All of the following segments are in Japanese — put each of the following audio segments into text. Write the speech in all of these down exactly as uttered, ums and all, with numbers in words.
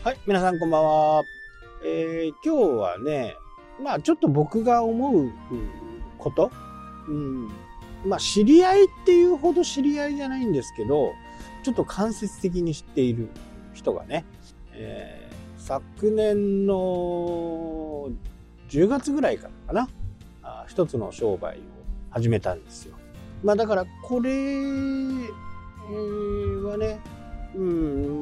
はい、皆さんこんばんは。えー、今日はね、まあちょっと僕が思うこと、うん、まあ知り合いっていうほど知り合いじゃないんですけど、ちょっと間接的に知っている人がね、えー、昨年のじゅうがつぐらいからかな、あ一つの商売を始めたんですよ。まあだからこれはね、うん、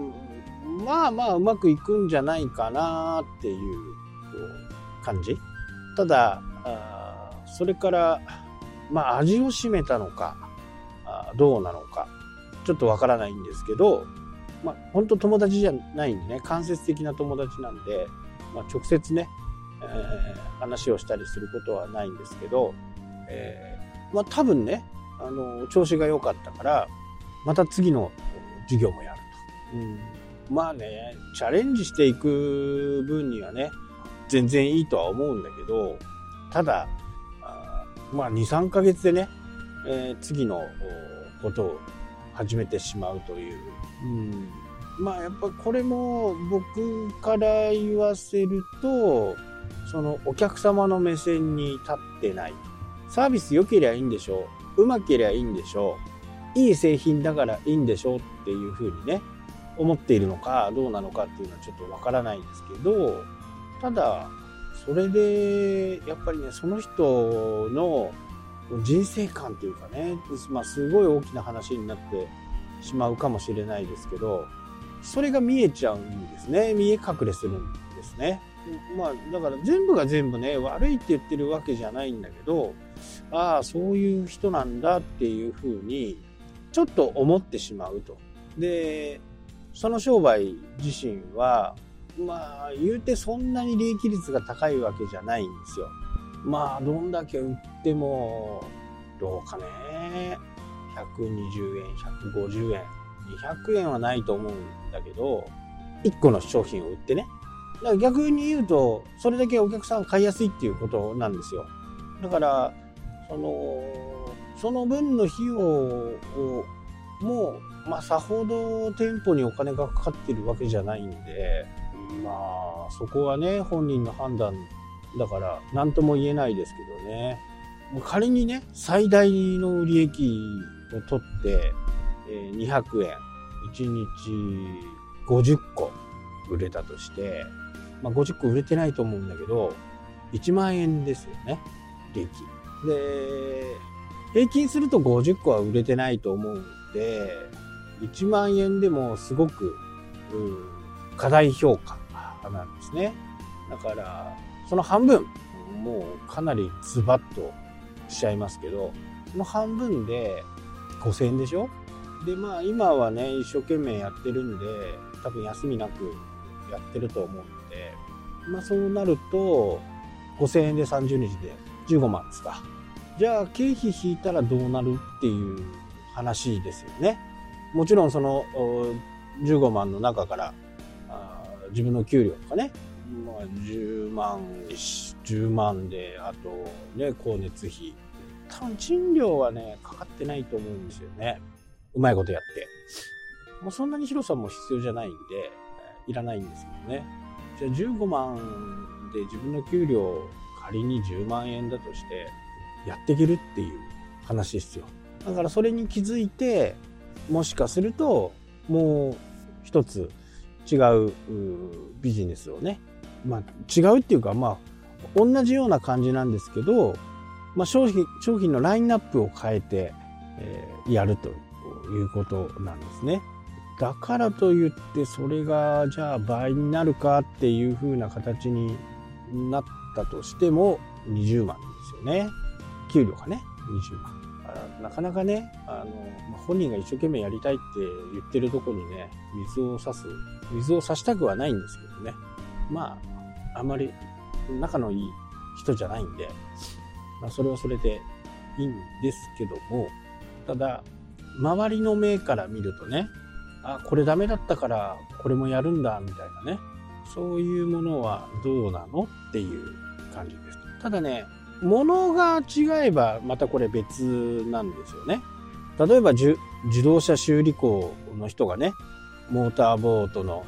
まあまあうまくいくんじゃないかなっていう感じ。ただあそれからまあ味を占めたのかあどうなのかちょっとわからないんですけど、まあ本当友達じゃないんでね、間接的な友達なんで、まあ、直接ね、えー、話をしたりすることはないんですけど、えー、まあ多分ね、あの調子が良かったからまた次の授業もやると。うんまあね、チャレンジしていく分にはね、全然いいとは思うんだけど、ただ、あまあに、さんかげつでね、えー、次のことを始めてしまうという。うん、まあやっぱこれも僕から言わせると、そのお客様の目線に立ってない。サービス良ければいいんでしょう。うまければいいんでしょう。いい製品だからいいんでしょうっていうふうにね、思っているのかどうなのかっていうのはちょっとわからないんですけど、ただそれでやっぱりね、その人の人生観っていうかね、まあすごい大きな話になってしまうかもしれないですけど、それが見えちゃうんですね。見え隠れするんですね。まあだから全部が全部ね悪いって言ってるわけじゃないんだけど、ああそういう人なんだっていうふうにちょっと思ってしまうと。でその商売自身はまあ言うてそんなに利益率が高いわけじゃないんですよ。まあどんだけ売ってもどうかね、ひゃくにじゅうえん、ひゃくごじゅうえん、にひゃくえんはないと思うんだけど、いっこの商品を売ってね。だから逆に言うとそれだけお客さん買いやすいっていうことなんですよ。だからそのその分の費用をもうまあさほど店舗にお金がかかってるわけじゃないんで、まあそこはね本人の判断だから何とも言えないですけどね。仮にね最大の利益を取ってにひゃくえん、いちにちごじゅっこ売れたとして、まあ、ごじゅっこ売れてないと思うんだけどいちまんえんですよね、利益で。平均するとごじゅっこは売れてないと思うんで、いちまんえんでもすごく過大評価なんですね。だからその半分、もうかなりズバッとしちゃいますけど、その半分でごせんえんでしょ。でまあ今はね一生懸命やってるんで多分休みなくやってると思うので、まあそうなるとごせんえんでさんじゅうにちでじゅうごまんですか。じゃあ経費引いたらどうなるっていう話ですよね。もちろんそのじゅうごまんの中から自分の給料とかね、まあ、じゅうまんじゅうまんで、あとね光熱費、多分賃料はねかかってないと思うんですよね。うまいことやってもうそんなに広さも必要じゃないんでいらないんですけどね。じゃあじゅうごまんで自分の給料仮にじゅうまんえんだとしてやっていけるっていう話ですよ。だからそれに気づいて、もしかするともう一つ違うビジネスをね、まあ違うっていうかまあ同じような感じなんですけど、まあ、商品商品のラインナップを変えて、えー、やるということなんですね。だからといってそれがじゃあ倍になるかっていう風な形になったとしてもにじゅうまんですよね。給料がねにじゅうまん。なかなかね、あの本人が一生懸命やりたいって言ってるとこにね水を差す水を差したくはないんですけどね、まああんまり仲のいい人じゃないんで、まあ、それはそれでいいんですけども、ただ周りの目から見るとね、あこれダメだったからこれもやるんだみたいなね、そういうものはどうなのっていう感じです。ただね、物が違えばまたこれ別なんですよね。例えば自動車修理工の人がね、モーターボートの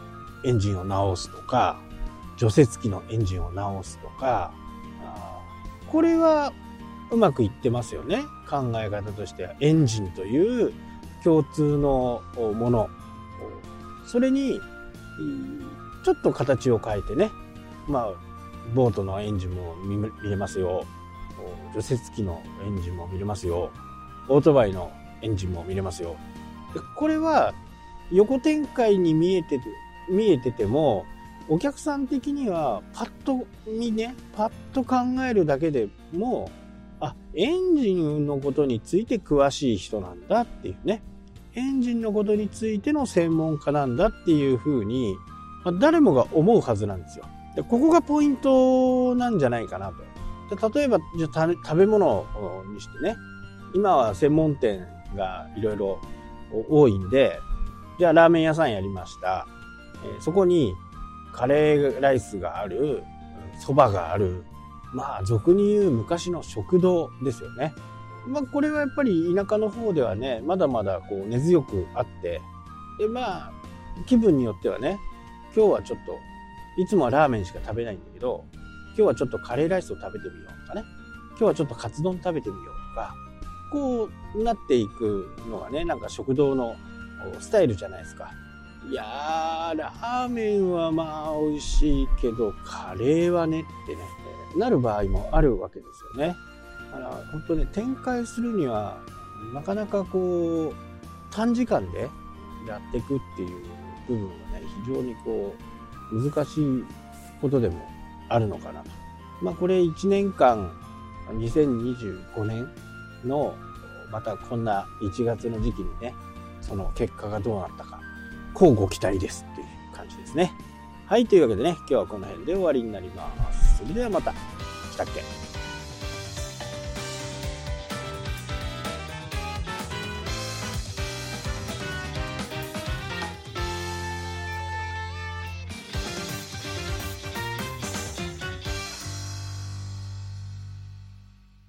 エンジンを直すとか、除雪機のエンジンを直すとか、これはうまくいってますよね。考え方としてはエンジンという共通のもの、それにちょっと形を変えてね、まあボートのエンジンも見れますよ、除雪機のエンジンも見れますよ、オートバイのエンジンも見れますよ。これは横展開に見えてて見えてても、お客さん的にはパッと見ね、パッと考えるだけでも、あ、エンジンのことについて詳しい人なんだっていうね、エンジンのことについての専門家なんだっていうふうに、まあ、誰もが思うはずなんですよ。で、ここがポイントなんじゃないかなと。で、例えばじゃあ食べ物にしてね、今は専門店がいろいろ多いんで、じゃあラーメン屋さんやりました。えー、そこにカレーライスがある、蕎麦がある、まあ俗に言う昔の食堂ですよね。まあこれはやっぱり田舎の方ではね、まだまだこう根強くあって、でまあ気分によってはね、今日はちょっといつもはラーメンしか食べないんだけど、今日はちょっとカレーライスを食べてみようとかね、今日はちょっとカツ丼食べてみようとか、こうなっていくのがね、なんか食堂のスタイルじゃないですか。いやー、ラーメンはまあ美味しいけど、カレーはねってね、なる場合もあるわけですよね。だから本当ね、展開するにはなかなかこう短時間でやっていくっていう部分はね、非常にこう難しいことでもあるのかなと。まあこれいちねんかん、にせんにじゅうごねんのまたこんないちがつの時期にね、その結果がどうなったか、乞うご期待ですっていう感じですね。はい、というわけでね、今日はこの辺で終わりになります。それではまた。したっけ。